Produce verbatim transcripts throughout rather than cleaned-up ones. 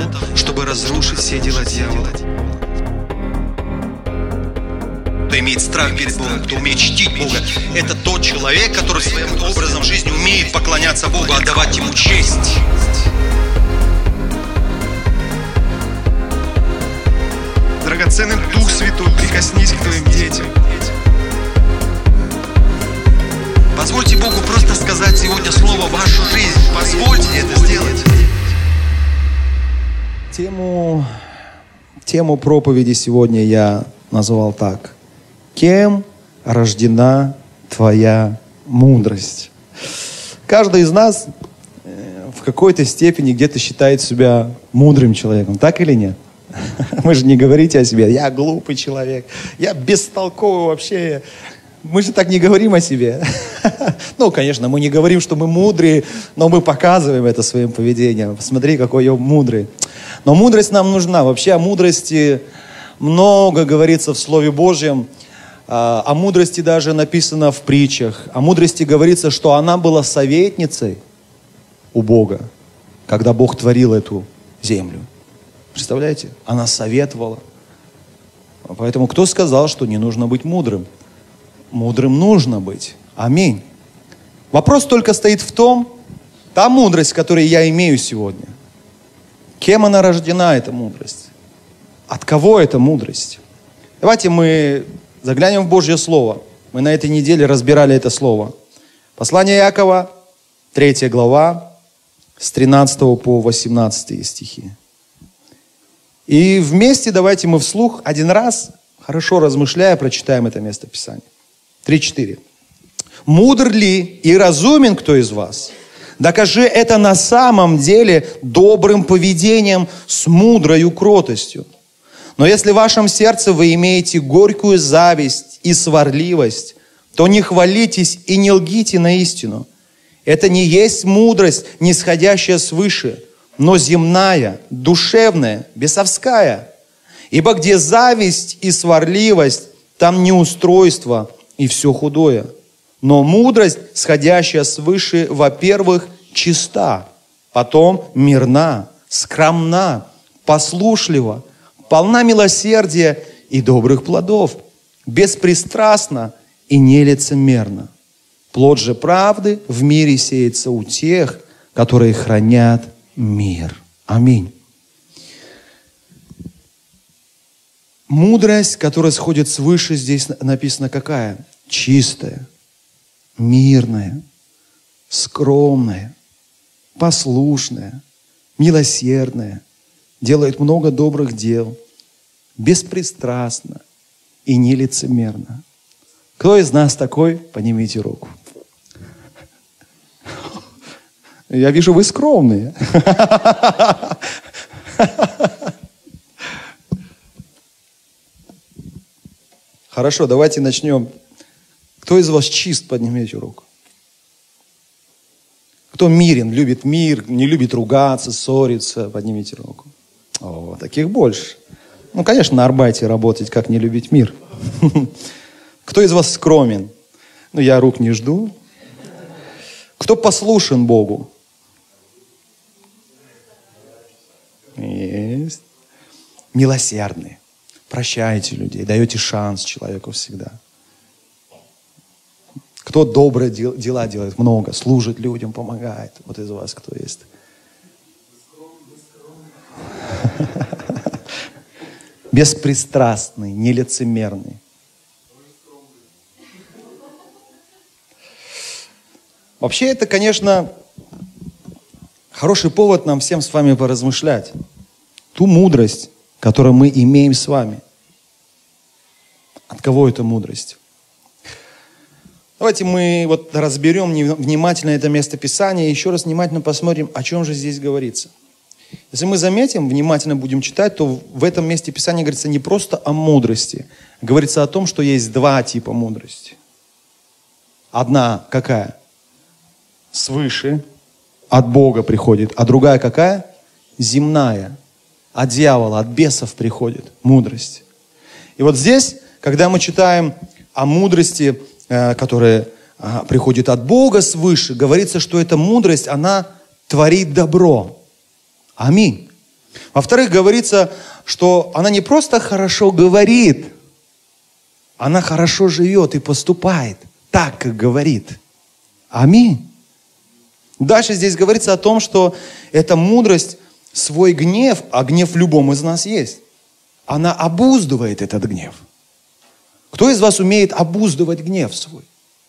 чтобы разрушить все дела дьявола. Кто имеет страх перед Богом, кто умеет чтить Бога, это тот человек, который своим образом жизни умеет поклоняться Богу, отдавать Ему честь. Драгоценный Дух Святой, прикоснись к твоим детям. Позвольте Богу просто сказать сегодня слово в вашу жизнь. Позвольте это сделать. Тему, тему проповеди сегодня я назвал так. Кем рождена твоя мудрость? Каждый из нас в какой-то степени где-то считает себя мудрым человеком. Так или нет? Вы же не говорите о себе, я глупый человек, я бестолковый вообще. Мы же так не говорим о себе. Ну, конечно, мы не говорим, что мы мудрые, но мы показываем это своим поведением. Посмотри, какой я мудрый. Но мудрость нам нужна. Вообще о мудрости много говорится в Слове Божьем. О мудрости даже написано в притчах. О мудрости говорится, что она была советницей у Бога, когда Бог творил эту землю. Представляете? Она советовала. Поэтому кто сказал, что не нужно быть мудрым? Мудрым нужно быть. Аминь. Вопрос только стоит в том, та мудрость, которую я имею сегодня. Кем она рождена, эта мудрость? От кого эта мудрость? Давайте мы заглянем в Божье Слово. Мы на этой неделе разбирали это Слово. Послание Иакова, третья глава, с тринадцатого по восемнадцатый стихи. И вместе давайте мы вслух один раз, хорошо размышляя, прочитаем это место Писания. три-четыре. «Мудр ли и разумен кто из вас? Докажи это на самом деле добрым поведением с мудрою кротостью. Но если в вашем сердце вы имеете горькую зависть и сварливость, то не хвалитесь и не лгите на истину. Это не есть мудрость, нисходящая свыше, но земная, душевная, бесовская. Ибо где зависть и сварливость, там неустройство и все худое. Но мудрость, сходящая свыше, во-первых, чиста, потом мирна, скромна, послушлива, полна милосердия и добрых плодов, беспристрастна и нелицемерна. Плод же правды в мире сеется у тех, которые хранят мир». Аминь. Мудрость, которая сходит свыше, здесь написано какая? Чистая, мирная, скромная, послушная, милосердная, делает много добрых дел, беспристрастна и нелицемерна. Кто из нас такой? Поднимите руку. Я вижу, вы скромные. Хорошо, давайте начнем. Кто из вас чист? Поднимите руку. Кто мирен, любит мир, не любит ругаться, ссориться? Поднимите руку. О, таких больше. Ну, конечно, на Арбате работать, как не любить мир. Кто из вас скромен? Ну, я рук не жду. Кто послушен Богу? Есть. Милосердный. Прощаете людей, даете шанс человеку всегда. Кто добрые дел, дела делает много, служит людям, помогает. Вот из вас кто есть? Беспристрастный, нелицемерный. Вообще это, конечно, хороший повод нам всем с вами поразмышлять. Ту мудрость, которую мы имеем с вами. От кого эта мудрость? Давайте мы вот разберем внимательно это место Писания и еще раз внимательно посмотрим, о чем же здесь говорится. Если мы заметим, внимательно будем читать, то в этом месте Писания говорится не просто о мудрости. Говорится о том, что есть два типа мудрости. Одна какая? Свыше, от Бога приходит. А другая какая? Земная. От дьявола, от бесов приходит мудрость. И вот здесь, когда мы читаем о мудрости, которая приходит от Бога свыше, говорится, что эта мудрость, она творит добро. Аминь. Во-вторых, говорится, что она не просто хорошо говорит, она хорошо живет и поступает так, как говорит. Аминь. Дальше здесь говорится о том, что эта мудрость, свой гнев, а гнев в любом из нас есть, она обуздывает этот гнев. Кто из вас умеет обуздывать гнев свой?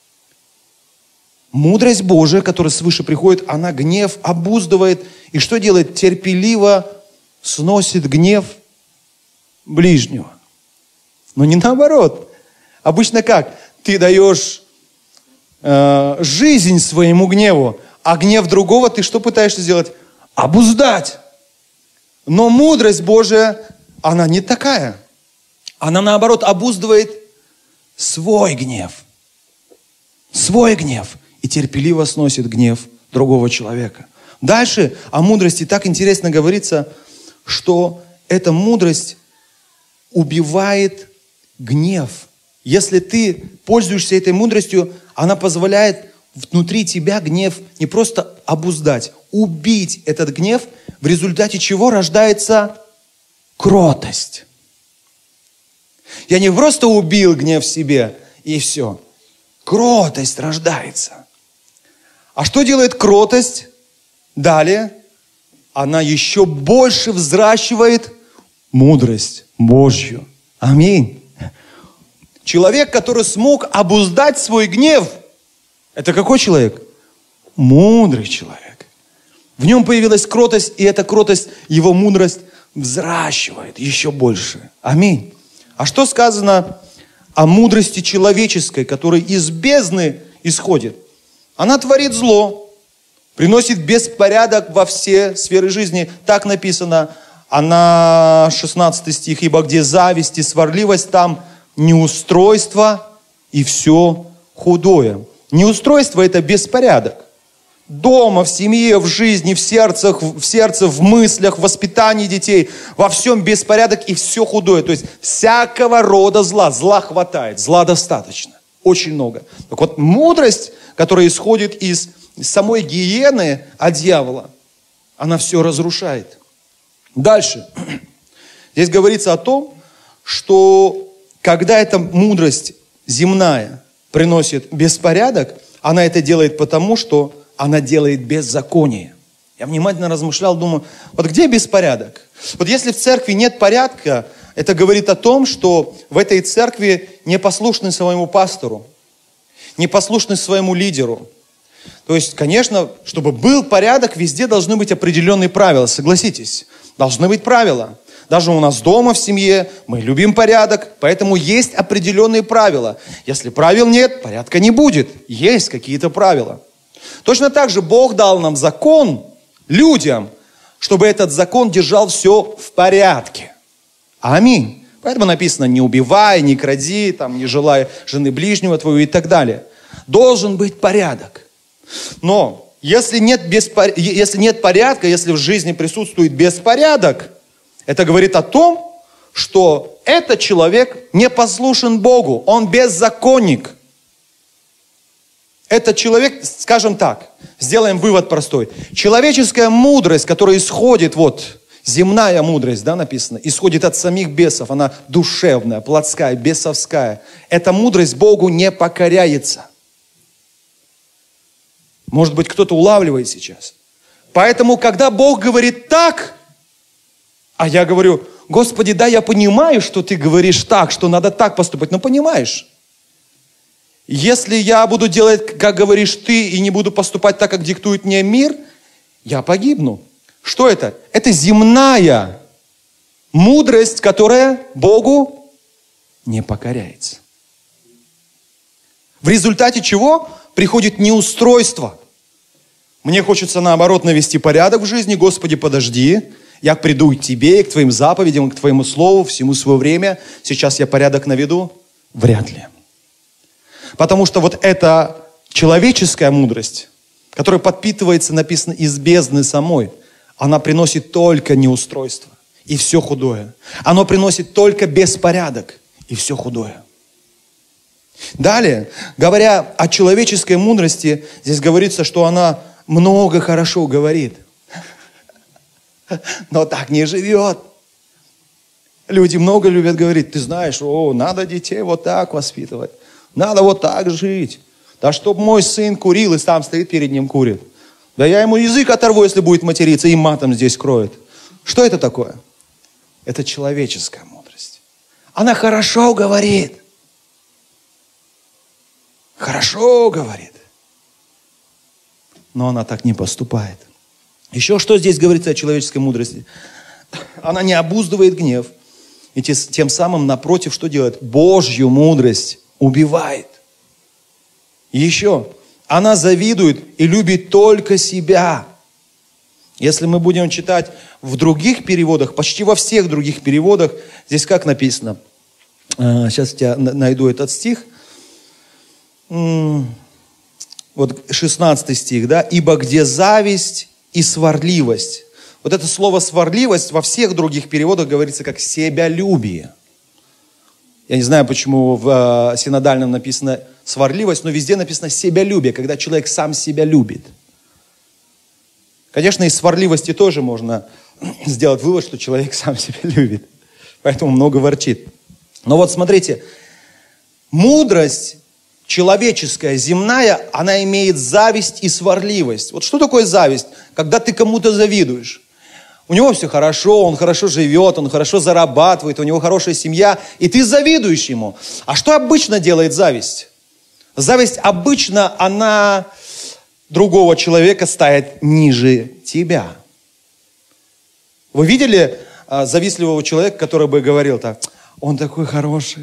Мудрость Божия, которая свыше приходит, она гнев обуздывает. И что делает? Терпеливо сносит гнев ближнего. Но не наоборот. Обычно как? Ты даешь э, жизнь своему гневу, а гнев другого ты что пытаешься сделать? Обуздать. Но мудрость Божия, она не такая. Она наоборот обуздывает свой гнев. Свой гнев. И терпеливо сносит гнев другого человека. Дальше о мудрости так интересно говорится, что эта мудрость убивает гнев. Если ты пользуешься этой мудростью, она позволяет внутри тебя гнев не просто обуздать, убить этот гнев, в результате чего рождается кротость. Я не просто убил гнев в себе, и все. Кротость рождается. А что делает кротость? Далее, она еще больше взращивает мудрость Божью. Аминь. Человек, который смог обуздать свой гнев, это какой человек? Мудрый человек. В нем появилась кротость, и эта кротость, его мудрость взращивает еще больше. Аминь. А что сказано о мудрости человеческой, которая из бездны исходит? Она творит зло, приносит беспорядок во все сферы жизни. Так написано, она, шестнадцатый стих, ибо где зависть и сварливость, там неустройство и все худое. Неустройство – это беспорядок. Дома, в семье, в жизни, в сердце, в сердце, в мыслях, в воспитании детей. Во всем беспорядок и все худое. То есть всякого рода зла. Зла хватает, зла достаточно. Очень много. Так вот, мудрость, которая исходит из самой гиены от дьявола, она все разрушает. Дальше. Здесь говорится о том, что когда эта мудрость земная приносит беспорядок, она это делает потому, что она делает беззаконие. Я внимательно размышлял, думаю, вот где беспорядок? Вот если в церкви нет порядка, это говорит о том, что в этой церкви непослушны своему пастору, непослушны своему лидеру. То есть, конечно, чтобы был порядок, везде должны быть определенные правила, согласитесь. Должны быть правила. Даже у нас дома, в семье, мы любим порядок, поэтому есть определенные правила. Если правил нет, порядка не будет. Есть какие-то правила. Точно так же Бог дал нам закон, людям, чтобы этот закон держал все в порядке. Аминь. Поэтому написано, не убивай, не кради, там, не желай жены ближнего твоего и так далее. Должен быть порядок. Но если нет, беспор... если нет порядка, если в жизни присутствует беспорядок, это говорит о том, что этот человек не послушен Богу, он беззаконник. Этот человек, скажем так, сделаем вывод простой. Человеческая мудрость, которая исходит, вот, земная мудрость, да, написано, исходит от самих бесов, она душевная, плотская, бесовская. Эта мудрость Богу не покоряется. Может быть, кто-то улавливает сейчас. Поэтому, когда Бог говорит так, а я говорю, Господи, да, я понимаю, что Ты говоришь так, что надо так поступать, но понимаешь, если я буду делать, как говоришь Ты, и не буду поступать так, как диктует мне мир, я погибну. Что это? Это земная мудрость, которая Богу не покоряется. В результате чего приходит неустройство. Мне хочется, наоборот, навести порядок в жизни. Господи, подожди. Я приду к Тебе, к Твоим заповедям, к Твоему Слову, всему свое время. Сейчас я порядок наведу? Вряд ли. Потому что вот эта человеческая мудрость, которая подпитывается, написано, из бездны самой, она приносит только неустройство и все худое. Оно приносит только беспорядок и все худое. Далее, говоря о человеческой мудрости, здесь говорится, что она много хорошо говорит. но так не живет. Люди много любят говорить, ты знаешь, о, надо детей вот так воспитывать, надо вот так жить. Да чтоб мой сын курил и сам стоит перед ним курит. Да я ему язык оторву, если будет материться, и матом здесь кроет. Что это такое? Это человеческая мудрость. Она хорошо говорит. Хорошо говорит. Но она так не поступает. Еще что здесь говорится о человеческой мудрости? Она не обуздывает гнев. И тем самым, напротив, что делает? Божью мудрость убивает. Еще. Она завидует и любит только себя. Если мы будем читать в других переводах, почти во всех других переводах, здесь как написано? Сейчас я найду этот стих. Вот шестнадцатый стих, да? «Ибо где зависть и сварливость». Вот это слово «сварливость» во всех других переводах говорится как «себялюбие». Я не знаю, почему в синодальном написано «сварливость», но везде написано «себялюбие», когда человек сам себя любит. Конечно, из сварливости тоже можно сделать вывод, что человек сам себя любит. Поэтому много ворчит. Но вот смотрите, мудрость человеческая, земная, она имеет зависть и сварливость. Вот что такое зависть? Когда ты кому-то завидуешь. У него все хорошо, он хорошо живет, он хорошо зарабатывает, у него хорошая семья, и ты завидуешь ему. А что обычно делает зависть? Зависть обычно, она другого человека ставит ниже тебя. Вы видели а, завистливого человека, который бы говорил так, он такой хороший,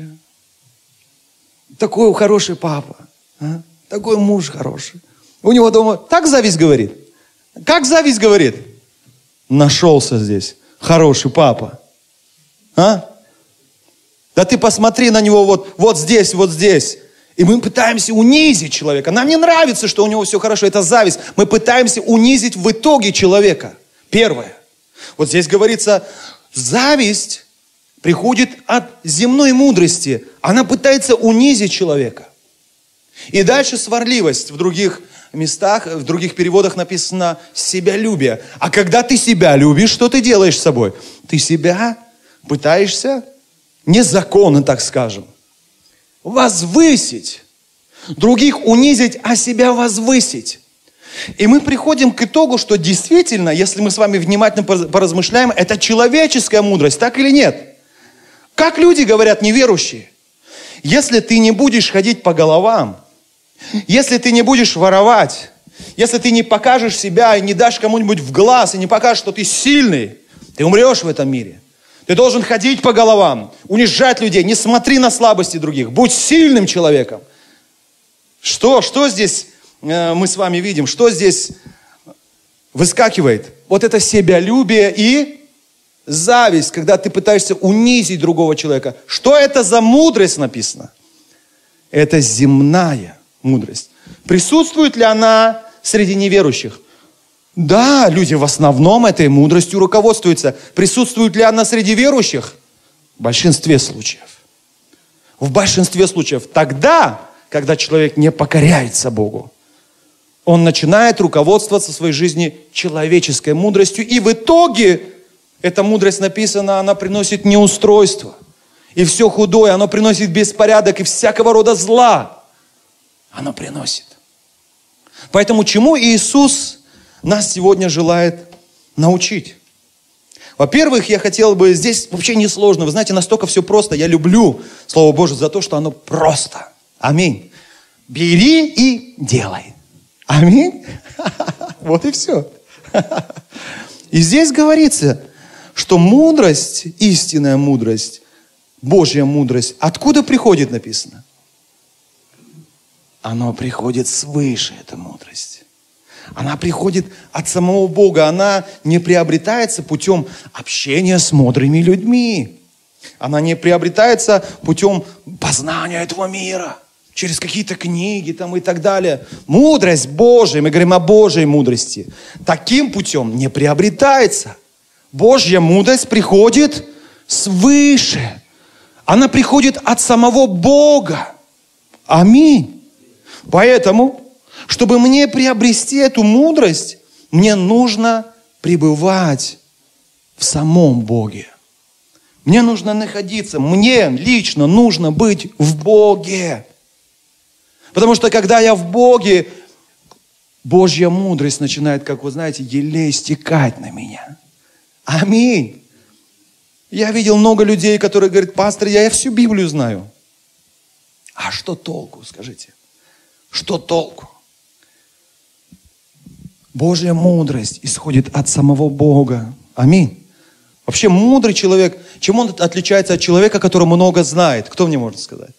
такой хороший папа, а? Такой муж хороший. У него дома так зависть говорит. Как зависть говорит? Нашелся здесь хороший папа. А? Да ты посмотри на него вот, вот здесь, вот здесь. И мы пытаемся унизить человека. Нам не нравится, что у него все хорошо. Это зависть. Мы пытаемся унизить в итоге человека. Первое. Вот здесь говорится, зависть приходит от земной мудрости. Она пытается унизить человека. И дальше сварливость. В других местах, в других переводах написано себялюбие. А когда ты себя любишь, что ты делаешь с собой? Ты себя пытаешься незаконно, так скажем, возвысить. Других унизить, а себя возвысить. И мы приходим к итогу, что действительно, если мы с вами внимательно поразмышляем, это человеческая мудрость, так или нет? Как люди говорят неверующие? Если ты не будешь ходить по головам, если ты не будешь воровать, если ты не покажешь себя и не дашь кому-нибудь в глаз, и не покажешь, что ты сильный, ты умрешь в этом мире. Ты должен ходить по головам, унижать людей, не смотри на слабости других, будь сильным человеком. Что, что здесь э, мы с вами видим? Что здесь выскакивает? Вот это себялюбие и зависть, когда ты пытаешься унизить другого человека. Что это за мудрость написано? Это земная мудрость. Присутствует ли она среди неверующих? Да, люди в основном этой мудростью руководствуются. Присутствует ли она среди верующих? В большинстве случаев. В большинстве случаев. Тогда, когда человек не покоряется Богу, он начинает руководствоваться в своей жизни человеческой мудростью. И в итоге, эта мудрость написана, она приносит неустройство. И все худое, оно приносит беспорядок и всякого рода зла. Оно приносит. Поэтому чему Иисус нас сегодня желает научить? Во-первых, я хотел бы, здесь вообще несложно. Вы знаете, настолько все просто. Я люблю Слово Божие за то, что оно просто. Аминь. Бери и делай. Аминь. Вот и все. И здесь говорится, что мудрость, истинная мудрость, Божья мудрость, откуда приходит, написано? Она приходит свыше, эта мудрость. Она приходит от самого Бога. Она не приобретается путем общения с мудрыми людьми. Она не приобретается путем познания этого мира. Через какие-то книги там и так далее. Мудрость Божия, мы говорим о Божьей мудрости, таким путем не приобретается. Божья мудрость приходит свыше. Она приходит от самого Бога. Аминь. Поэтому, чтобы мне приобрести эту мудрость, мне нужно пребывать в самом Боге. Мне нужно находиться, мне лично нужно быть в Боге. Потому что когда я в Боге, Божья мудрость начинает, как вы знаете, елей стекать на меня. Аминь. Я видел много людей, которые говорят: пастор, я, я всю Библию знаю. А что толку, скажите? Что толку? Божья мудрость исходит от самого Бога. Аминь. Вообще мудрый человек, чем он отличается от человека, который много знает? Кто мне может сказать?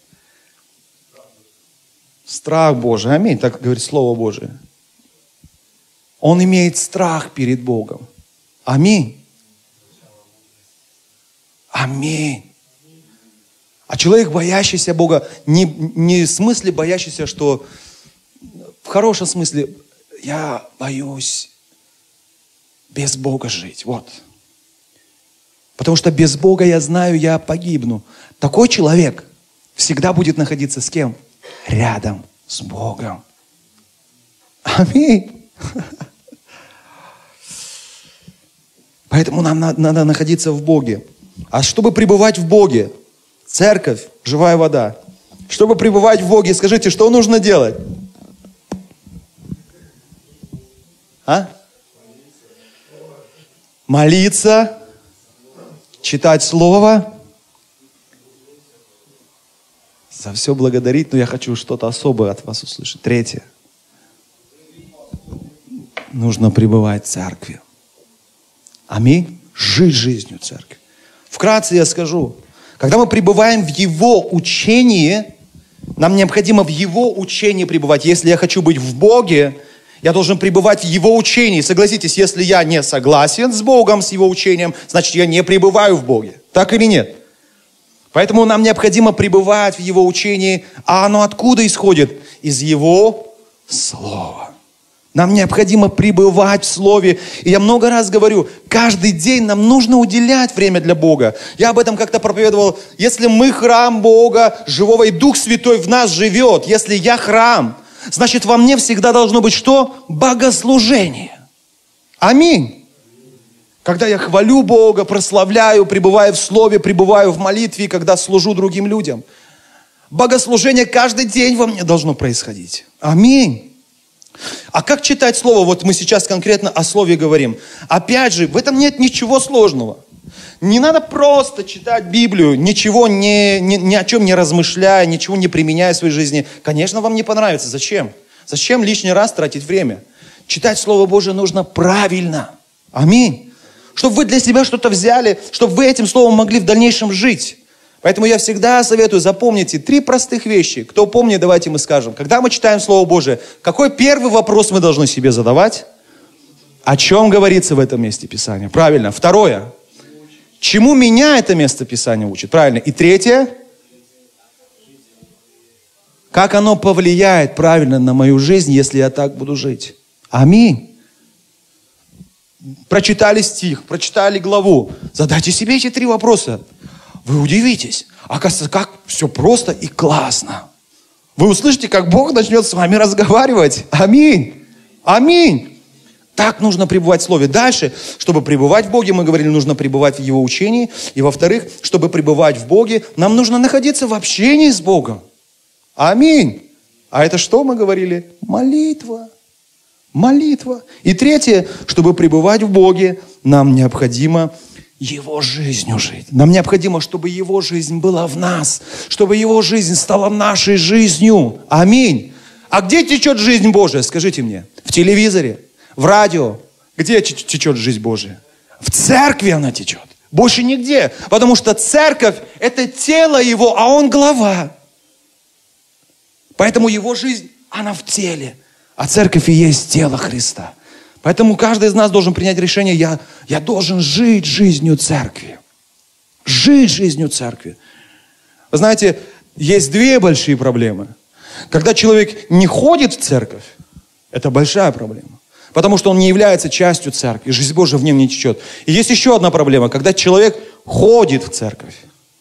Страх Божий. Аминь. Так говорит Слово Божие. Он имеет страх перед Богом. Аминь. Аминь. А человек, боящийся Бога, не, не в смысле боящийся, что в хорошем смысле, я боюсь без Бога жить. Вот. Потому что без Бога, я знаю, я погибну. Такой человек всегда будет находиться с кем? Рядом с Богом. Аминь. Поэтому нам надо, надо находиться в Боге. А чтобы пребывать в Боге, церковь, живая вода, чтобы пребывать в Боге, скажите, что нужно делать? А? Молиться. Читать Слово, за все благодарить, но я хочу что-то особое от вас услышать. Третье. Нужно пребывать в церкви. Аминь. Жить жизнью церкви. Вкратце я скажу. Когда мы пребываем в Его учении, нам необходимо в Его учении пребывать. Если я хочу быть в Боге, я должен пребывать в Его учении. Согласитесь, если я не согласен с Богом, с Его учением, значит, я не пребываю в Боге. Так или нет? Поэтому нам необходимо пребывать в Его учении. А оно откуда исходит? Из Его Слова. Нам необходимо пребывать в Слове. И я много раз говорю, каждый день нам нужно уделять время для Бога. Я об этом как-то проповедовал. Если мы храм Бога, живого, и Дух Святой в нас живет, если я храм, значит, во мне всегда должно быть что? Богослужение. Аминь. Когда я хвалю Бога, прославляю, пребываю в Слове, пребываю в молитве, когда служу другим людям. Богослужение каждый день во мне должно происходить. Аминь. А как читать Слово? Вот мы сейчас конкретно о Слове говорим. Опять же, в этом нет ничего сложного. Не надо просто читать Библию, ничего не, ни, ни о чем не размышляя, ничего не применяя в своей жизни. Конечно, вам не понравится. Зачем? Зачем лишний раз тратить время? Читать Слово Божие нужно правильно. Аминь. Чтобы вы для себя что-то взяли, чтобы вы этим Словом могли в дальнейшем жить. Поэтому я всегда советую, запомните три простых вещи. Кто помнит, давайте мы скажем. Когда мы читаем Слово Божие, какой первый вопрос мы должны себе задавать? О чем говорится в этом месте Писания? Правильно. Второе. Чему меня это место Писания учит? Правильно. И третье. Как оно повлияет правильно на мою жизнь, если я так буду жить? Аминь. Прочитали стих, прочитали главу. Задайте себе эти три вопроса. Вы удивитесь. Оказывается, как все просто и классно. Вы услышите, как Бог начнет с вами разговаривать. Аминь. Аминь. Так нужно пребывать в Слове. Дальше, чтобы пребывать в Боге, мы говорили, нужно пребывать в Его учении. И во-вторых, чтобы пребывать в Боге, нам нужно находиться в общении с Богом. Аминь. А это что мы говорили? Молитва. Молитва. И третье, чтобы пребывать в Боге, нам необходимо Его жизнью жить. Нам необходимо, чтобы Его жизнь была в нас, чтобы Его жизнь стала нашей жизнью. Аминь. А где течет жизнь Божия? Скажите мне. В телевизоре? В радио? Где течет жизнь Божия? В церкви она течет. Больше нигде. Потому что церковь – это тело Его, а Он глава. Поэтому Его жизнь, она в теле. А церковь и есть тело Христа. Поэтому каждый из нас должен принять решение, я, я должен жить жизнью церкви. Жить жизнью церкви. Вы знаете, есть две большие проблемы. Когда человек не ходит в церковь, это большая проблема. Потому что он не является частью церкви. Жизнь Божия в нем не течет. И есть еще одна проблема. Когда человек ходит в церковь.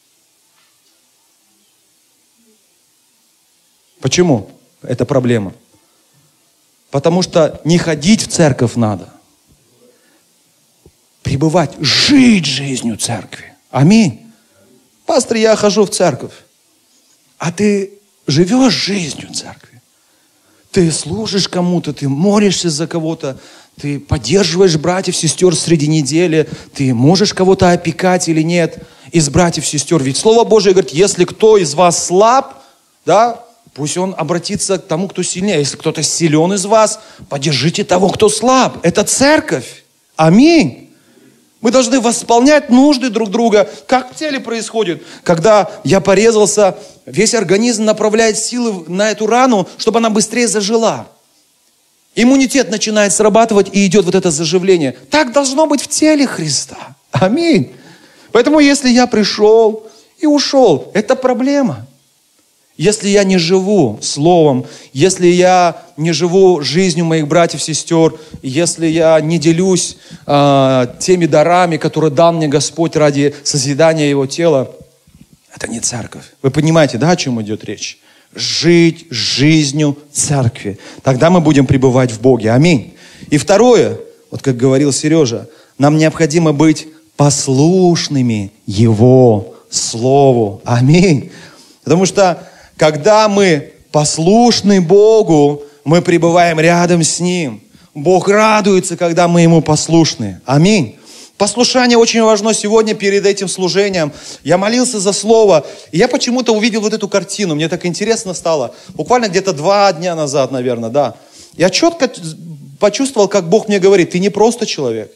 Почему это проблема? Потому что не ходить в церковь надо. пребывать, жить жизнью церкви. Аминь. Пастор, я хожу в церковь. А ты живешь жизнью церкви. Ты служишь кому-то, ты молишься за кого-то, ты поддерживаешь братьев, сестер среди недели, ты можешь кого-то опекать или нет из братьев, сестер. Ведь Слово Божие говорит, если кто из вас слаб, да, пусть он обратится к тому, кто сильнее. Если кто-то силен из вас, поддержите того, кто слаб. Это церковь. Аминь. Мы должны восполнять нужды друг друга. Как в теле происходит? Когда я порезался, весь организм направляет силы на эту рану, чтобы она быстрее зажила. Иммунитет начинает срабатывать, и идет вот это заживление. Так должно быть в теле Христа. Аминь. Поэтому если я пришел и ушел, это проблема. Если я не живу Словом, если я не живу жизнью моих братьев, сестер, если я не делюсь э, теми дарами, которые дал мне Господь ради созидания Его тела, это не церковь. Вы понимаете, да, о чем идет речь? Жить жизнью церкви. Тогда мы будем пребывать в Боге. Аминь. И второе, вот как говорил Сережа, нам необходимо быть послушными Его Слову. Аминь. Потому что когда мы послушны Богу, мы пребываем рядом с Ним. Бог радуется, когда мы Ему послушны. Аминь. Послушание очень важно. Сегодня перед этим служением я молился за Слово. И я почему-то увидел вот эту картину. Мне так интересно стало. Буквально где-то два дня назад, наверное, да. Я четко почувствовал, как Бог мне говорит, ты не просто человек.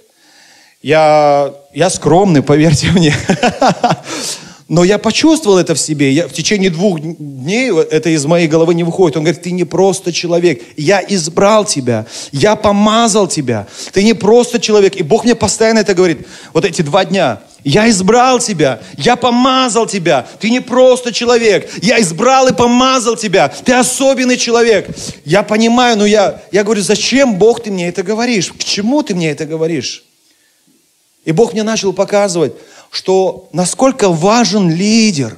Я, я скромный, поверьте мне. Но я почувствовал это в себе. Я, в течение двух дней это из моей головы не выходит. Он говорит, ты не просто человек. Я избрал тебя. Я помазал тебя. Ты не просто человек. И Бог мне постоянно это говорит. Вот эти два дня. Я избрал тебя. Я помазал тебя. Ты не просто человек. Я избрал и помазал тебя. Ты особенный человек. Я понимаю, но я, я говорю, зачем, Бог, ты мне это говоришь? К чему ты мне это говоришь? И Бог мне начал показывать, что насколько важен лидер.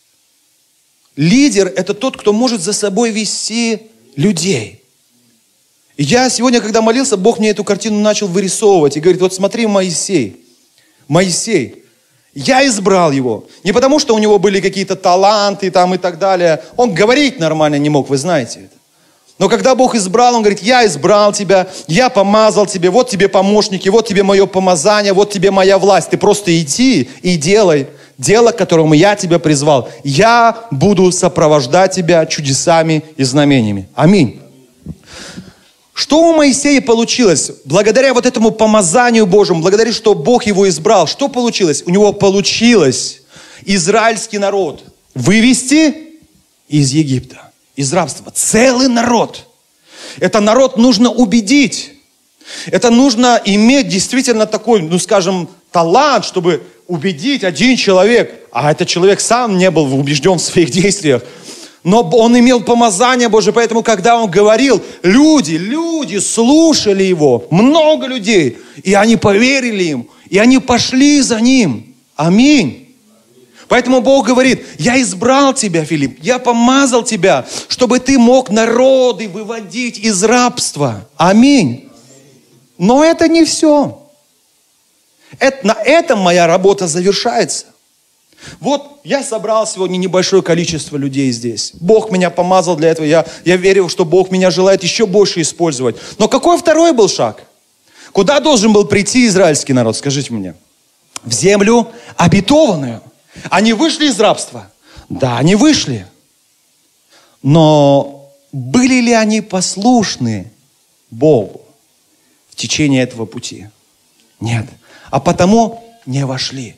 Лидер – это тот, кто может за собой вести людей. И я сегодня, когда молился, Бог мне эту картину начал вырисовывать. И говорит, вот смотри, Моисей. Моисей. Я избрал его. Не потому, что у него были какие-то таланты там и так далее. Он говорить нормально не мог, вы знаете это. Но когда Бог избрал, Он говорит, я избрал тебя, я помазал тебе, вот тебе помощники, вот тебе мое помазание, вот тебе моя власть. Ты просто иди и делай дело, к которому я тебя призвал. Я буду сопровождать тебя чудесами и знамениями. Аминь. Что у Моисея получилось? Благодаря вот этому помазанию Божьему, благодаря, что Бог его избрал, что получилось? У него получилось израильский народ вывести из Египта. Из рабства. Целый народ. Это народ нужно убедить. Это нужно иметь действительно такой, ну скажем, талант, чтобы убедить один человек. А этот человек сам не был убежден в своих действиях. Но он имел помазание Божие, поэтому, когда он говорил, люди, люди слушали его. Много людей. И они поверили им. И они пошли за ним. Аминь. Поэтому Бог говорит, я избрал тебя, Филипп, я помазал тебя, чтобы ты мог народы выводить из рабства. Аминь. Но это не все. Это, на этом моя работа завершается. Вот я собрал сегодня небольшое количество людей здесь. Бог меня помазал для этого. Я, я верил, что Бог меня желает еще больше использовать. Но какой второй был шаг? Куда должен был прийти израильский народ? Скажите мне. В землю обетованную. Они вышли из рабства? Да, они вышли. Но были ли они послушны Богу в течение этого пути? Нет. А потому не вошли.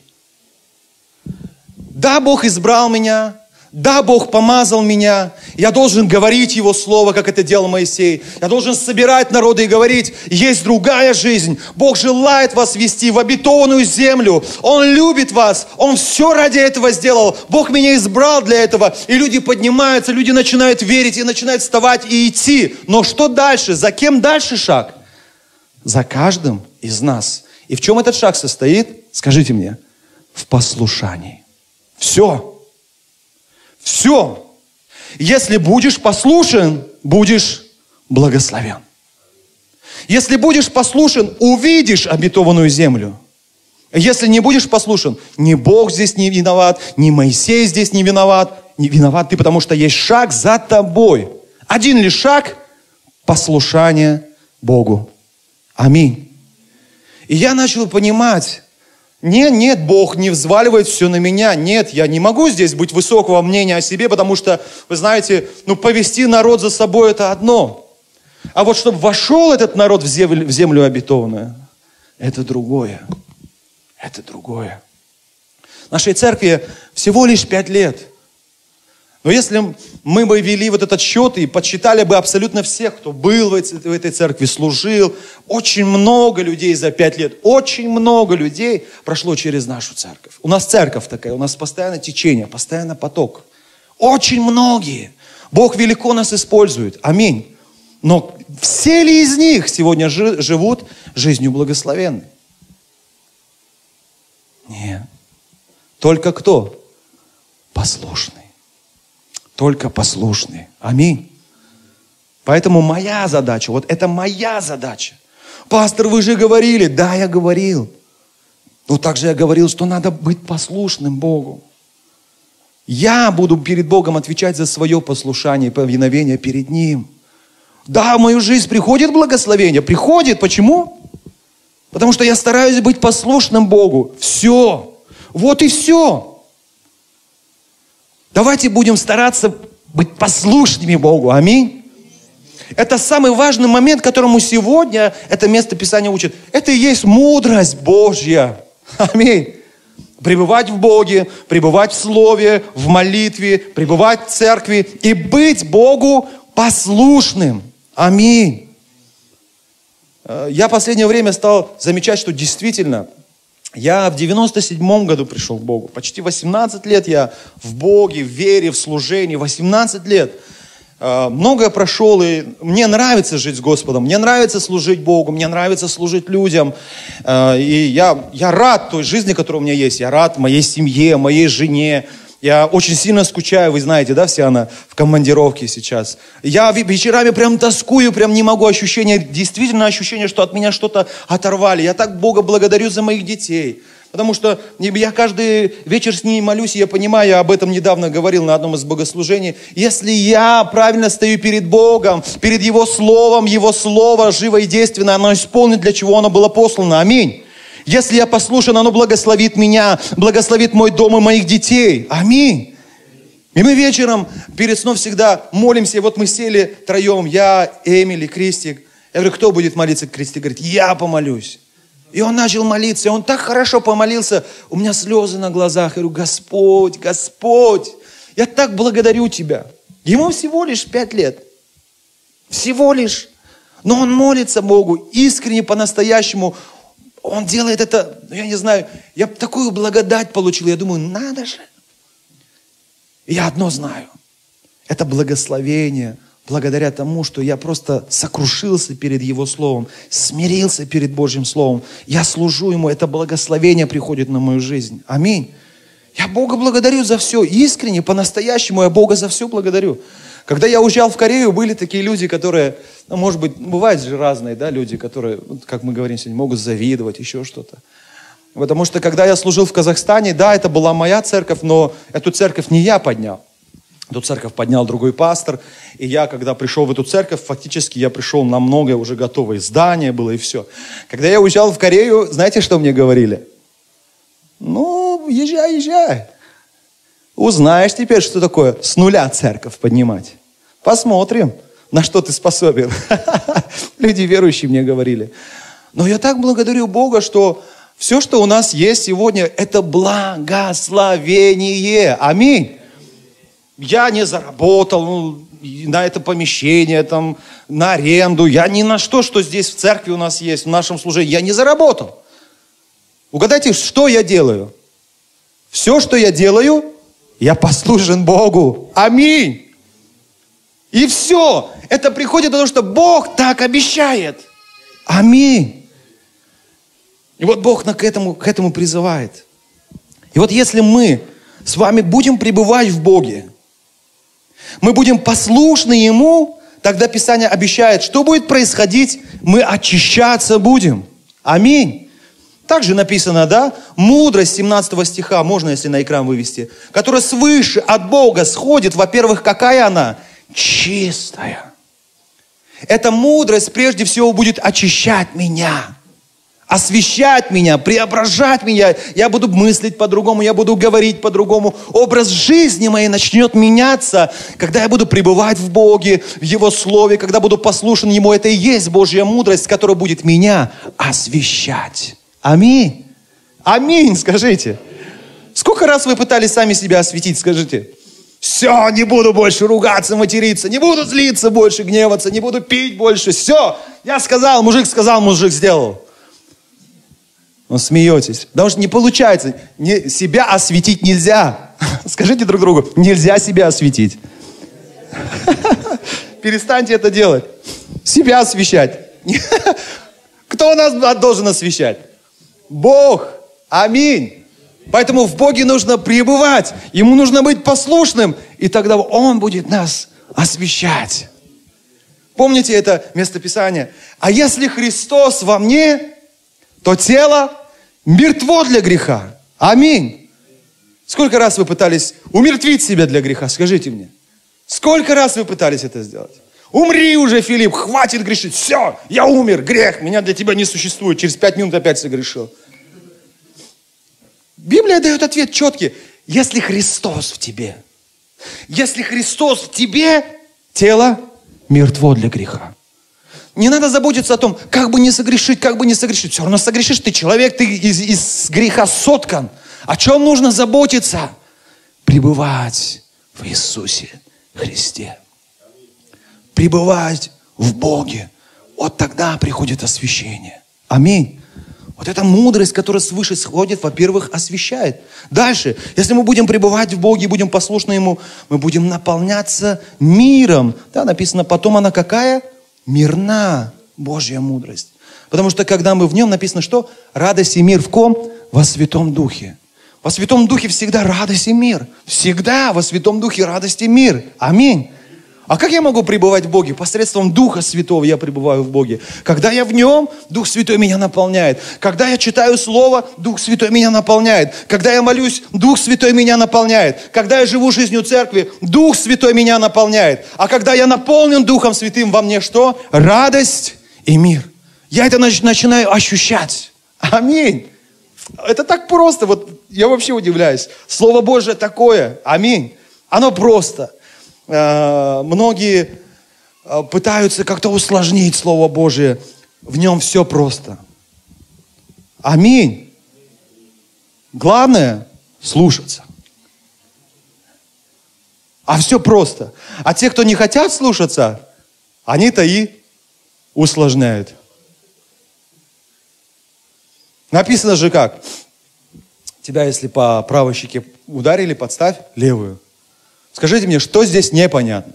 Да, Бог избрал меня. Да, Бог помазал меня. Я должен говорить Его Слово, как это делал Моисей. Я должен собирать народы и говорить, есть другая жизнь. Бог желает вас вести в обетованную землю. Он любит вас. Он все ради этого сделал. Бог меня избрал для этого. И люди поднимаются, люди начинают верить и начинают вставать и идти. Но что дальше? За кем дальше шаг? За каждым из нас. И в чем этот шаг состоит? Скажите мне. В послушании. Все. Все. Если будешь послушен, будешь благословен. Если будешь послушен, увидишь обетованную землю. Если не будешь послушен, ни Бог здесь не виноват, ни Моисей здесь не виноват. Не виноват ты, потому что есть шаг за тобой. Один лишь шаг послушания Богу. Аминь. И я начал понимать, нет, нет, Бог не взваливает все на меня. Нет, я не могу здесь быть высокого мнения о себе, потому что, вы знаете, ну, повести народ за собой – это одно. А вот чтобы вошел этот народ в землю, в землю обетованную, это другое. Это другое. Нашей церкви всего лишь пять лет. Но если мы бы вели вот этот счет и подсчитали бы абсолютно всех, кто был в этой церкви, служил, очень много людей за пять лет, очень много людей прошло через нашу церковь. У нас церковь такая, у нас постоянно течение, постоянно поток. Очень многие. Бог велико нас использует. Аминь. Но все ли из них сегодня живут жизнью благословенной? Нет. Только кто? Послушный. Только послушные. Аминь. Поэтому моя задача, вот это моя задача. Пастор, вы же говорили. Да, я говорил. Но также я говорил, что надо быть послушным Богу. Я буду перед Богом отвечать за свое послушание и повиновение перед Ним. Да, в мою жизнь приходит благословение. Приходит. Почему? Потому что я стараюсь быть послушным Богу. Все. Вот и все. Давайте будем стараться быть послушными Богу. Аминь. Это самый важный момент, которому сегодня это место Писания учит. Это и есть мудрость Божья. Аминь. Пребывать в Боге, пребывать в Слове, в молитве, пребывать в церкви и быть Богу послушным. Аминь. Я в последнее время стал замечать, что действительно... Я в девяносто седьмом году пришел к Богу. Почти восемнадцать лет я в Боге, в вере, в служении. восемнадцать лет. Многое прошел, и мне нравится жить с Господом. Мне нравится служить Богу, мне нравится служить людям. И я, я рад той жизни, которая у меня есть. Я рад моей семье, моей жене. Я очень сильно скучаю, вы знаете, да, все она в командировке сейчас. Я вечерами прям тоскую, прям не могу, ощущение, действительно ощущение, что от меня что-то оторвали. Я так Бога благодарю за моих детей. Потому что я каждый вечер с ними молюсь, и я понимаю, я об этом недавно говорил на одном из богослужений. Если я правильно стою перед Богом, перед Его Словом, Его Слово живо и действенно, оно исполнит, для чего оно было послано. Аминь. Если я послушан, оно благословит меня, благословит мой дом и моих детей. Аминь. И мы вечером перед сном всегда молимся. И вот мы сели троем, я, Эмили, Кристик. Я говорю, кто будет молиться? Кристик говорит, я помолюсь. И он начал молиться, и он так хорошо помолился. У меня слезы на глазах. Я говорю, Господь, Господь, я так благодарю Тебя. Ему всего лишь пять лет. Всего лишь. Но он молится Богу искренне, по-настоящему. Он делает это, я не знаю, я такую благодать получил. Я думаю, надо же. И я одно знаю. Это благословение благодаря тому, что я просто сокрушился перед Его Словом, смирился перед Божьим Словом. Я служу Ему, это благословение приходит на мою жизнь. Аминь. Я Бога благодарю за все. Искренне, по-настоящему я Бога за все благодарю. Когда я уезжал в Корею, были такие люди, которые, ну, может быть, бывают же разные, да, люди, которые, как мы говорим сегодня, могут завидовать, еще что-то. Потому что, когда я служил в Казахстане, да, это была моя церковь, но эту церковь не я поднял. Эту церковь поднял другой пастор. И я, когда пришел в эту церковь, фактически я пришел на многое уже готовое здание было и все. Когда я уезжал в Корею, знаете, что мне говорили? Ну, езжай, езжай. Узнаешь теперь, что такое с нуля церковь поднимать. Посмотрим, на что ты способен. Люди верующие мне говорили. Но я так благодарю Бога, что все, что у нас есть сегодня, это благословение. Аминь. Я не заработал ну, на это помещение, там, на аренду. Я ни на что, что здесь в церкви у нас есть, в нашем служении, я не заработал. Угадайте, что я делаю? Все, что я делаю, я послушен Богу. Аминь. И все. Это приходит потому, что Бог так обещает. Аминь. И вот Бог к этому, к этому призывает. И вот если мы с вами будем пребывать в Боге, мы будем послушны Ему, тогда Писание обещает, что будет происходить? Мы очищаться будем. Аминь. Также написано, да, мудрость семнадцатого стиха, можно, если на экран вывести, которая свыше от Бога сходит, во-первых, какая она? Чистая. Эта мудрость прежде всего будет очищать меня, освещать меня, преображать меня. Я буду мыслить по-другому, я буду говорить по-другому. Образ жизни моей начнет меняться, когда я буду пребывать в Боге, в Его Слове, когда буду послушен Ему. Это и есть Божья мудрость, которая будет меня освещать. Аминь. Аминь, скажите. Сколько раз вы пытались сами себя осветить, скажите? Все, не буду больше ругаться, материться, не буду злиться больше, гневаться, не буду пить больше. Все, я сказал, мужик сказал, мужик сделал. Ну, смеетесь. Потому что не получается. Не, себя осветить нельзя. Скажите друг другу, нельзя себя осветить. Перестаньте это делать. Себя освещать. Кто нас должен освещать? Бог. Аминь. Поэтому в Боге нужно пребывать. Ему нужно быть послушным. И тогда Он будет нас освещать. Помните это местописание? А если Христос во мне, то тело мертво для греха. Аминь. Сколько раз вы пытались умертвить себя для греха? Скажите мне. Сколько раз вы пытались это сделать? Умри уже, Филипп, хватит грешить. Все, я умер, грех, меня для тебя не существует. Через пять минут опять согрешил. Библия дает ответ четкий. Если Христос в тебе, если Христос в тебе, тело мертво для греха. Не надо заботиться о том, как бы не согрешить, как бы не согрешить. Все равно согрешишь, ты человек, ты из, из греха соткан. О чем нужно заботиться? Пребывать в Иисусе Христе. Пребывать в Боге. Вот тогда приходит освящение. Аминь. Вот эта мудрость, которая свыше сходит, во-первых, освящает. Дальше, если мы будем пребывать в Боге, будем послушны Ему, мы будем наполняться миром. Да, написано, потом она какая? Мирна Божья мудрость. Потому что когда мы в Нем, написано, что? Радость и мир в ком? Во Святом Духе. Во Святом Духе всегда радость и мир. Всегда во Святом Духе радость и мир. Аминь. А как я могу пребывать в Боге? Посредством Духа Святого я пребываю в Боге. Когда я в Нем, Дух Святой меня наполняет. Когда я читаю Слово, Дух Святой меня наполняет. Когда я молюсь, Дух Святой меня наполняет. Когда я живу жизнью церкви, Дух Святой меня наполняет. А когда я наполнен Духом Святым, во мне что? Радость и мир. Я это начинаю ощущать. Аминь. Это так просто. Вот я вообще удивляюсь. Слово Божие такое. Аминь. Оно просто. Многие пытаются как-то усложнить Слово Божие. В нем все просто. Аминь. Главное – слушаться. А все просто. А те, кто не хотят слушаться, они-то и усложняют. Написано же как? Тебя, если по правой щеке ударили, подставь левую. Скажите мне, что здесь непонятно?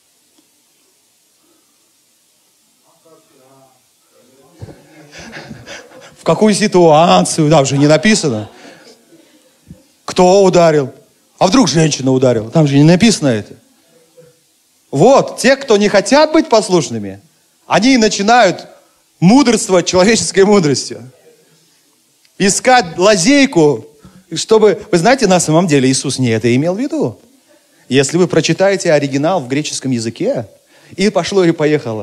В какую ситуацию? Там же не написано. Кто ударил? А вдруг женщина ударила? Там же не написано это. Вот, те, кто не хотят быть послушными, они начинают мудрствовать человеческой мудростью. Искать лазейку, чтобы... Вы знаете, на самом деле Иисус не это имел в виду. Если вы прочитаете оригинал в греческом языке, и пошло, и поехало.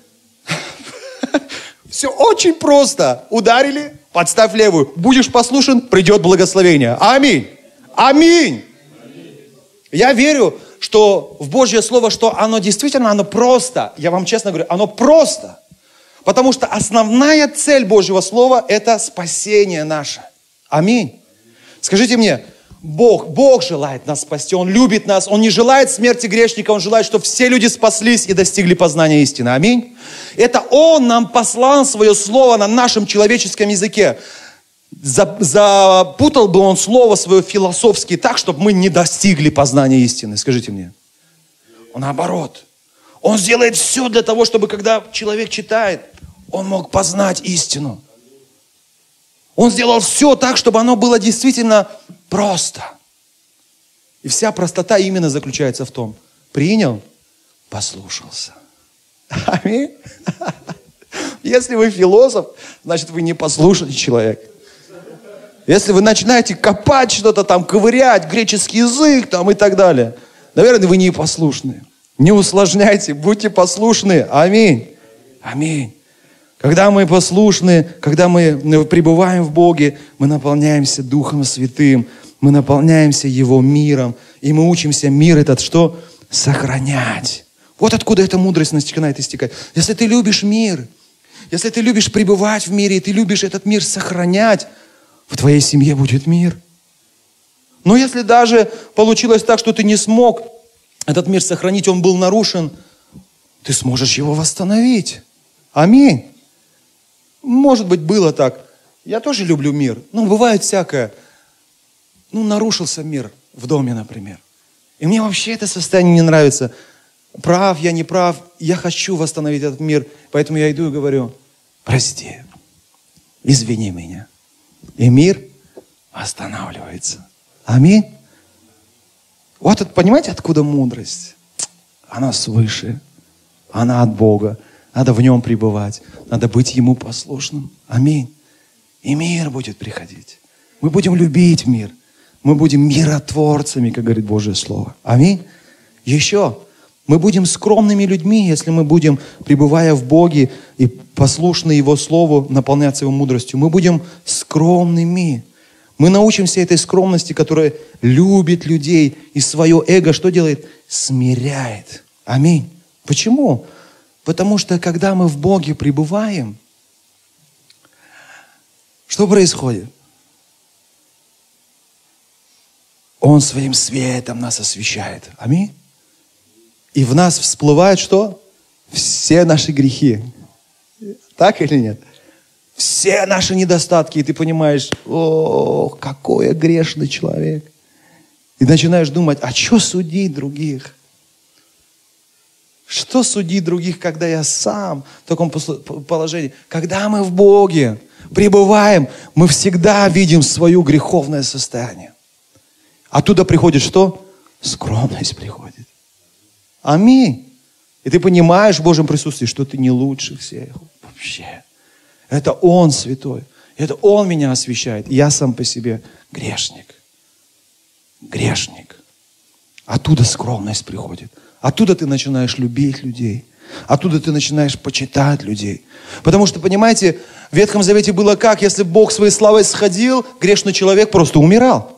Все очень просто. Ударили, подставь левую. Будешь послушен, придет благословение. Аминь. Аминь. Я верю, что в Божье Слово, что оно действительно, оно просто. Я вам честно говорю, оно просто. Потому что основная цель Божьего Слова – это спасение наше. Аминь. Скажите мне, Бог, Бог желает нас спасти, Он любит нас, Он не желает смерти грешника, Он желает, чтобы все люди спаслись и достигли познания истины. Аминь. Это Он нам послал свое слово на нашем человеческом языке. Запутал бы Он слово свое философски так, чтобы мы не достигли познания истины. Скажите мне. Наоборот. Он сделает все для того, чтобы когда человек читает, он мог познать истину. Он сделал все так, чтобы оно было действительно просто. И вся простота именно заключается в том: принял, послушался. Аминь. Если вы философ, значит, вы не послушный человек. Если вы начинаете копать что-то там, ковырять, греческий язык там и так далее, наверное, вы непослушны. Не усложняйте, будьте послушны. Аминь. Аминь. Когда мы послушны, когда мы пребываем в Боге, мы наполняемся Духом Святым, мы наполняемся Его миром, и мы учимся мир этот что? Сохранять. Вот откуда эта мудрость начинает истекать. Если ты любишь мир, если ты любишь пребывать в мире, и ты любишь этот мир сохранять, в твоей семье будет мир. Но если даже получилось так, что ты не смог этот мир сохранить, он был нарушен, ты сможешь его восстановить. Аминь. Может быть, было так. Я тоже люблю мир. Ну, бывает всякое. Ну, нарушился мир в доме, например. И мне вообще это состояние не нравится. Прав я, не прав. Я хочу восстановить этот мир. Поэтому я иду и говорю: прости, извини меня. И мир восстанавливается. Аминь. Вот это, понимаете, откуда мудрость? Она свыше. Она от Бога. Надо в Нем пребывать. Надо быть Ему послушным. Аминь. И мир будет приходить. Мы будем любить мир. Мы будем миротворцами, как говорит Божье Слово. Аминь. Еще. Мы будем скромными людьми, если мы будем, пребывая в Боге и послушны Его Слову, наполняться Его мудростью. Мы будем скромными. Мы научимся этой скромности, которая любит людей и свое эго что делает? Смиряет. Аминь. Почему? Потому что, когда мы в Боге пребываем, что происходит? Он своим светом нас освещает. Аминь. И в нас всплывают что? Все наши грехи. Так или нет? Все наши недостатки. И ты понимаешь: о, какой я грешный человек. И начинаешь думать: а что судить других? Что судить других, когда я сам в таком положении? Когда мы в Боге пребываем, мы всегда видим свое греховное состояние. Оттуда приходит что? Скромность приходит. Аминь. И ты понимаешь в Божьем присутствии, что ты не лучше всех. Вообще. Это Он святой. Это Он меня освящает. Я сам по себе грешник. Грешник. Оттуда скромность приходит. Оттуда ты начинаешь любить людей. Оттуда ты начинаешь почитать людей. Потому что, понимаете, в Ветхом Завете было как? Если Бог своей славой сходил, грешный человек просто умирал.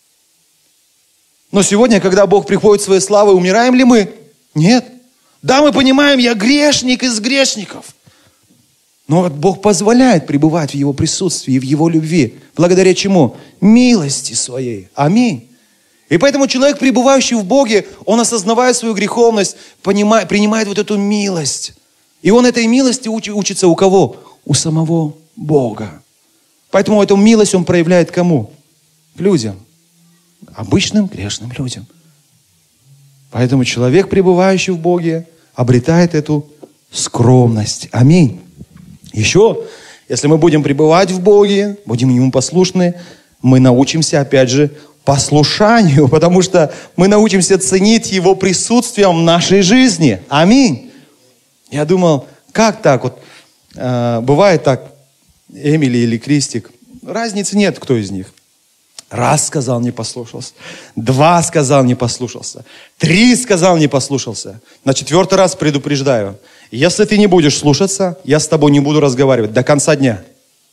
Но сегодня, когда Бог приходит своей славой, умираем ли мы? Нет. Да, мы понимаем, я грешник из грешников. Но Бог позволяет пребывать в Его присутствии и в Его любви. Благодаря чему? Милости своей. Аминь. И поэтому человек, пребывающий в Боге, он осознавая свою греховность, понимает, принимает вот эту милость. И он этой милости уч, учится у кого? У самого Бога. Поэтому эту милость он проявляет кому? К людям. Обычным грешным людям. Поэтому человек, пребывающий в Боге, обретает эту скромность. Аминь. Еще, если мы будем пребывать в Боге, будем Ему послушны, мы научимся, опять же, послушанию, потому что мы научимся ценить Его присутствие в нашей жизни. Аминь. Я думал, как так? Вот, э, бывает так, Эмили или Кристик, разницы нет, кто из них. Раз сказал, не послушался. Два сказал, не послушался. Три сказал, не послушался. На четвертый раз предупреждаю. Если ты не будешь слушаться, я с тобой не буду разговаривать до конца дня.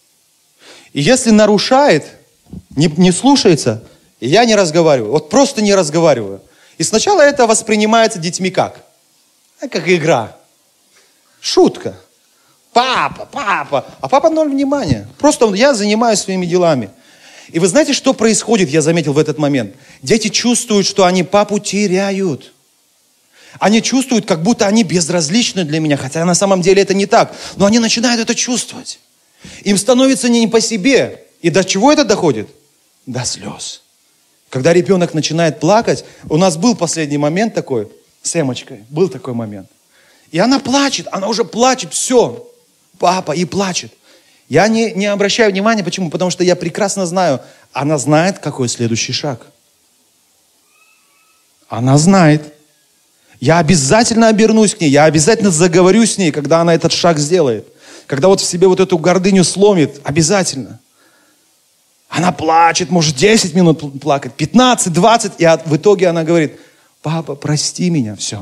И если нарушает, не, не слушается, я не разговариваю. Вот просто не разговариваю. И сначала это воспринимается детьми как? А как игра. Шутка. Папа, папа. А папа ноль внимания. Просто я занимаюсь своими делами. И вы знаете, что происходит, я заметил в этот момент? Дети чувствуют, что они папу теряют. Они чувствуют, как будто они безразличны для меня, хотя на самом деле это не так. Но они начинают это чувствовать. Им становится не по себе. И до чего это доходит? До слез. Когда ребенок начинает плакать, у нас был последний момент такой, с Эмочкой, был такой момент. И она плачет, она уже плачет, все, папа, и плачет. Я не, не обращаю внимания, почему? Потому что я прекрасно знаю, она знает, какой следующий шаг. Она знает. Я обязательно обернусь к ней, я обязательно заговорю с ней, когда она этот шаг сделает. Когда вот в себе вот эту гордыню сломит, обязательно. Она плачет, может десять минут плакать, пятнадцать, двадцать, и в итоге она говорит: папа, прости меня, все.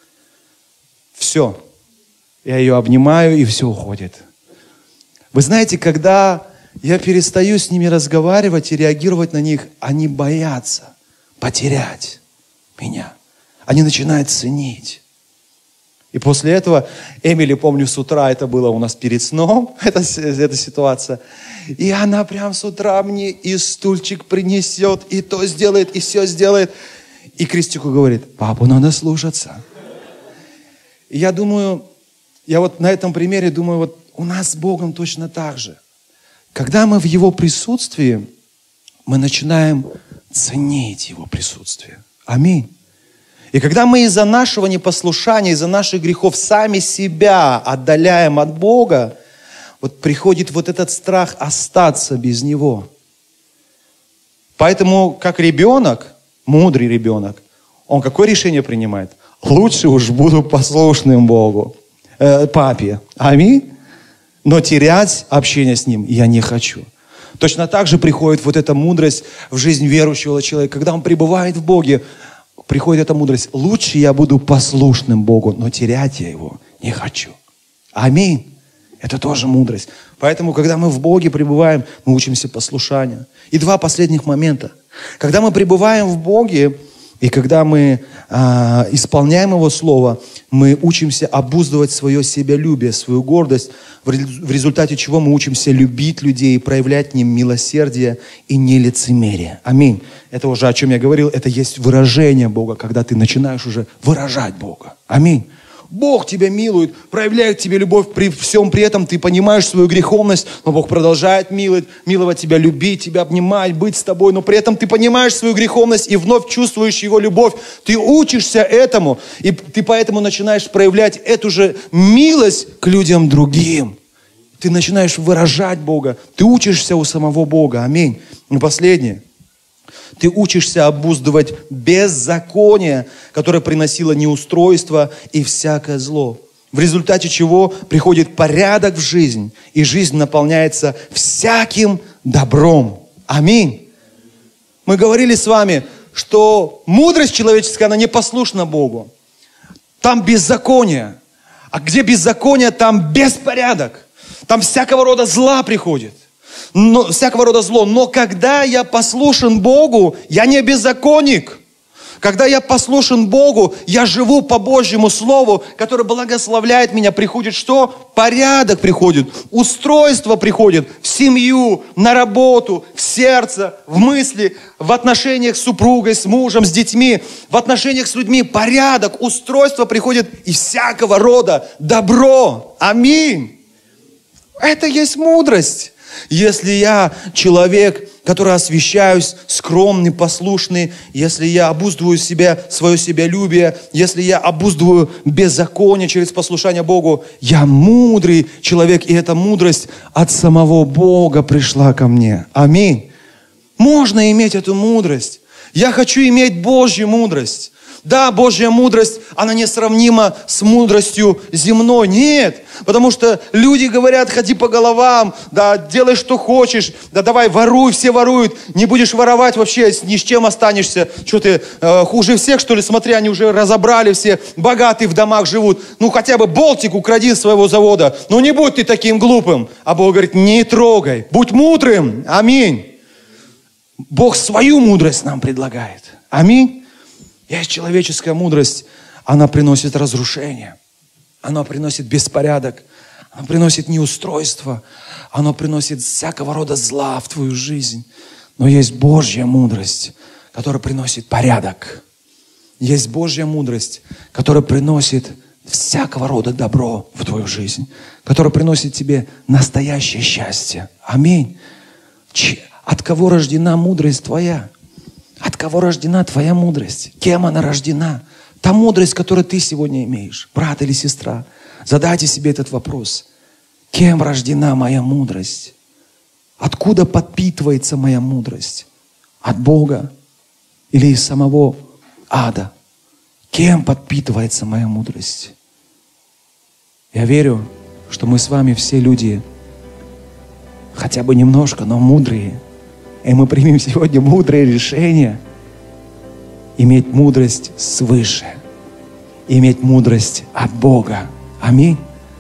Все. Я ее обнимаю, и все уходит. Вы знаете, когда я перестаю с ними разговаривать и реагировать на них, они боятся потерять меня. Они начинают ценить. И после этого Эмили, помню, с утра, это было у нас перед сном, эта, эта ситуация, и она прям с утра мне и стульчик принесет, и то сделает, и все сделает. И Кристику говорит: папу надо слушаться. И я думаю, я вот на этом примере думаю, вот у нас с Богом точно так же. Когда мы в Его присутствии, мы начинаем ценить Его присутствие. Аминь. И когда мы из-за нашего непослушания, из-за наших грехов сами себя отдаляем от Бога, вот приходит вот этот страх остаться без Него. Поэтому, как ребенок, мудрый ребенок, он какое решение принимает? Лучше уж буду послушным Богу, э, папе. Аминь. Но терять общение с Ним я не хочу. Точно так же приходит вот эта мудрость в жизнь верующего человека. Когда он пребывает в Боге, приходит эта мудрость. Лучше я буду послушным Богу, но терять я Его не хочу. Аминь. Это тоже мудрость. Поэтому, когда мы в Боге пребываем, мы учимся послушанию. И два последних момента. Когда мы пребываем в Боге, и когда мы а, исполняем Его Слово, мы учимся обуздывать свое себялюбие, свою гордость, в, в результате чего мы учимся любить людей, проявлять к ним милосердие и нелицемерие. Аминь. Это уже о чем я говорил, это есть выражение Бога, когда ты начинаешь уже выражать Бога. Аминь. Бог тебя милует, проявляет к тебе любовь, при всем при этом ты понимаешь свою греховность, но Бог продолжает миловать, миловать тебя, любить тебя, обнимать, быть с тобой, но при этом ты понимаешь свою греховность и вновь чувствуешь Его любовь. Ты учишься этому, и ты поэтому начинаешь проявлять эту же милость к людям другим. Ты начинаешь выражать Бога, ты учишься у самого Бога. Аминь. И последнее. Ты учишься обуздывать беззаконие, которое приносило неустройство и всякое зло. В результате чего приходит порядок в жизнь, и жизнь наполняется всяким добром. Аминь. Мы говорили с вами, что мудрость человеческая, она непослушна Богу. Там беззаконие. А где беззаконие, там беспорядок. Там всякого рода зла приходит. Но, всякого рода зло. Но когда я послушен Богу, я не беззаконник. Когда я послушен Богу, я живу по Божьему Слову, которое благословляет меня. Приходит что? Порядок приходит, устройство приходит в семью, на работу, в сердце, в мысли, в отношениях с супругой, с мужем, с детьми, в отношениях с людьми. Порядок, устройство приходит и всякого рода добро. Аминь. Это есть мудрость. Если я человек, который освящаюсь, скромный, послушный, если я обуздываю себя, свое себялюбие, если я обуздываю беззаконие через послушание Богу, я мудрый человек, и эта мудрость от самого Бога пришла ко мне. Аминь. Можно иметь эту мудрость. Я хочу иметь Божью мудрость. Да, Божья мудрость, она несравнима с мудростью земной. Нет, потому что люди говорят: ходи по головам, да, делай, что хочешь, да, давай, воруй, все воруют, не будешь воровать вообще, ни с чем останешься. Что ты, э, хуже всех, что ли? Смотри, они уже разобрали все, богатые в домах живут. Ну, хотя бы болтик укради с своего завода. Ну, не будь ты таким глупым. А Бог говорит: не трогай, будь мудрым. Аминь. Бог свою мудрость нам предлагает. Аминь. Есть человеческая мудрость, она приносит разрушение, она приносит беспорядок, она приносит неустройство, она приносит всякого рода зла в твою жизнь. Но есть Божья мудрость, которая приносит порядок. Есть Божья мудрость, которая приносит всякого рода добро в твою жизнь, которая приносит тебе настоящее счастье. Аминь. От кого рождена мудрость твоя? От кого рождена твоя мудрость? Кем она рождена? Та мудрость, которую ты сегодня имеешь, брат или сестра. Задайте себе этот вопрос. Кем рождена моя мудрость? Откуда подпитывается моя мудрость? От Бога или из самого ада? Кем подпитывается моя мудрость? Я верю, что мы с вами все люди, хотя бы немножко, но мудрые. И мы примем сегодня мудрое решение иметь мудрость свыше, иметь мудрость от Бога. Аминь.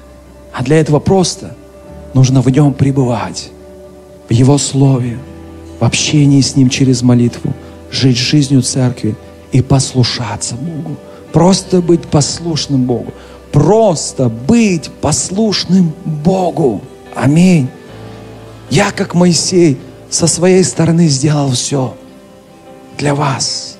А для этого просто нужно в Нем пребывать, в Его Слове, в общении с Ним через молитву, жить жизнью церкви и послушаться Богу. Просто быть послушным Богу. Просто быть послушным Богу. Аминь. Я, как Моисей, со своей стороны сделал все для вас.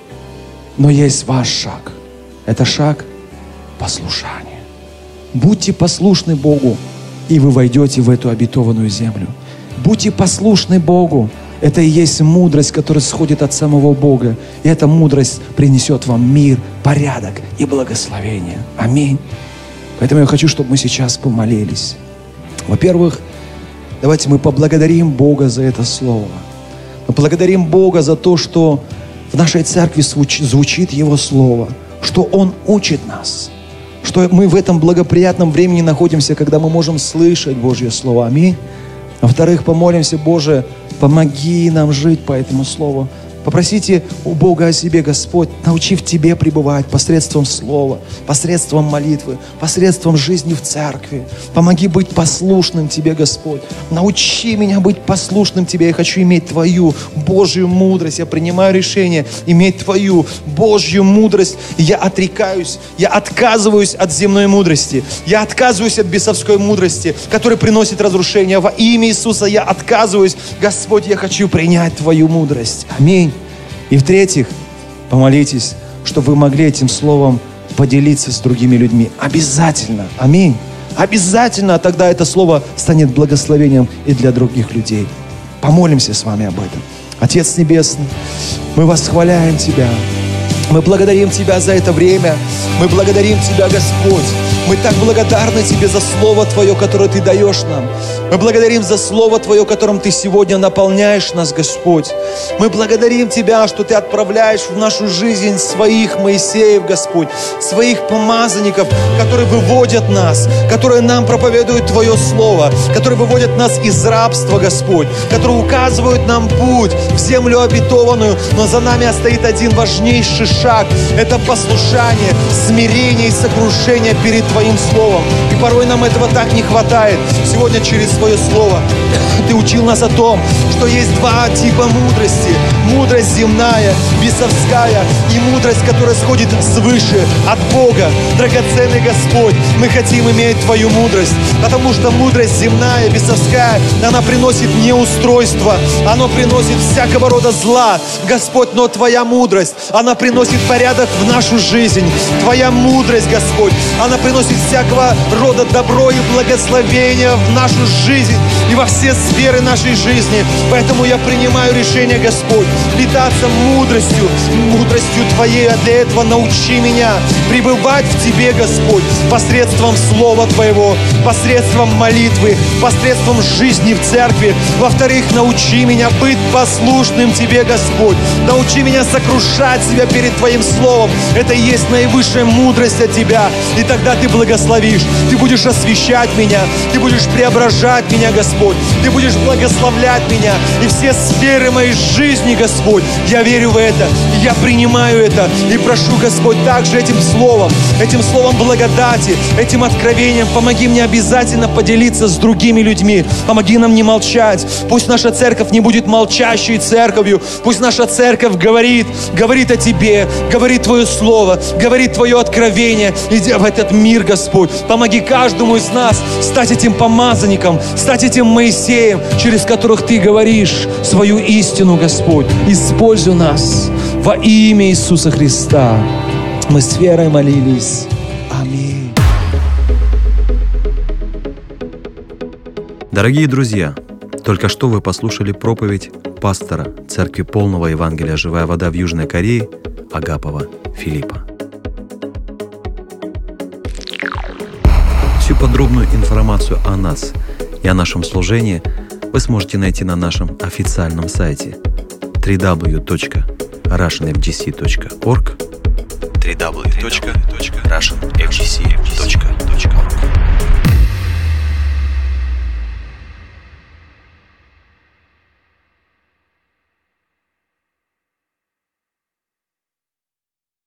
Но есть ваш шаг. Это шаг послушания. Будьте послушны Богу, и вы войдете в эту обетованную землю. Будьте послушны Богу. Это и есть мудрость, которая сходит от самого Бога. И эта мудрость принесет вам мир, порядок и благословение. Аминь. Поэтому я хочу, чтобы мы сейчас помолились. Во-первых, давайте мы поблагодарим Бога за это слово. Мы благодарим Бога за то, что в нашей церкви звучит Его Слово, что Он учит нас, что мы в этом благоприятном времени находимся, когда мы можем слышать Божье Слово. Аминь. Во-вторых, помолимся: Боже, помоги нам жить по этому Слову. Попросите у Бога о себе: Господь, научи в Тебе пребывать посредством Слова, посредством молитвы, посредством жизни в церкви. Помоги быть послушным Тебе, Господь. Научи меня быть послушным Тебе. Я хочу иметь Твою Божью мудрость. Я принимаю решение иметь Твою Божью мудрость. И я отрекаюсь, я отказываюсь от земной мудрости. Я отказываюсь от бесовской мудрости, которая приносит разрушение. Во имя Иисуса я отказываюсь. Господь, я хочу принять Твою мудрость. Аминь. И в-третьих, помолитесь, чтобы вы могли этим словом поделиться с другими людьми. Обязательно. Аминь. Обязательно. Тогда это слово станет благословением и для других людей. Помолимся с вами об этом. Отец Небесный, мы восхваляем Тебя. Мы благодарим Тебя за это время. Мы благодарим Тебя, Господь. Мы так благодарны Тебе за Слово Твое, которое Ты даешь нам. Мы благодарим за Слово Твое, которым Ты сегодня наполняешь нас, Господь. Мы благодарим Тебя, что Ты отправляешь в нашу жизнь своих Моисеев, Господь, своих помазанников, которые выводят нас, которые нам проповедуют Твое Слово, которые выводят нас из рабства, Господь, которые указывают нам путь в землю обетованную. Но за нами стоит один важнейший шаг. Это послушание, смирение и сокрушение перед Твоим Словом. И порой нам этого так не хватает. Сегодня через Твое Слово Ты учил нас о том, что есть два типа мудрости. Мудрость земная, бесовская, и мудрость, которая сходит свыше, от Бога. Драгоценный Господь, мы хотим иметь Твою мудрость, потому что мудрость земная, бесовская, она приносит неустройство, она приносит всякого рода зла. Господь, но Твоя мудрость, она приносит порядок в нашу жизнь. Твоя мудрость, Господь, она приносит всякого рода добро и благословение в нашу жизнь и во все сферы нашей жизни. Поэтому я принимаю решение, Господь, питаться мудростью, мудростью Твоей. А для этого научи меня пребывать в Тебе, Господь, посредством Слова Твоего, посредством молитвы, посредством жизни в церкви. Во-вторых, научи меня быть послушным Тебе, Господь. Научи меня сокрушать себя перед Твоим Словом. Это и есть наивысшая мудрость от Тебя. И тогда Ты благословишь. Ты будешь освящать меня. Ты будешь преображать меня, Господь. Ты будешь благословлять меня. И все сферы моей жизни, Господь, я верю в это. И я принимаю это. И прошу, Господь, также этим словом, этим словом благодати, этим откровением помоги мне обязательно поделиться с другими людьми. Помоги нам не молчать. Пусть наша церковь не будет молчащей церковью. Пусть наша церковь говорит, говорит о Тебе, говорит Твое Слово, говорит Твое откровение. Иди в этот мир, Господь. Помоги каждому из нас стать этим помазанником, стать этим Моисеем, через которых Ты говоришь свою истину, Господь. Используй нас во имя Иисуса Христа. Мы с верой молились. Аминь. Дорогие друзья, только что вы послушали проповедь пастора Церкви Полного Евангелия «Живая вода» в Южной Корее Агапова Филиппа. Всю подробную информацию о нас и о нашем служении вы сможете найти на нашем официальном сайте дабл ю дабл ю дабл ю точка russian f g c точка org дабл ю дабл ю дабл ю точка russian f g c точка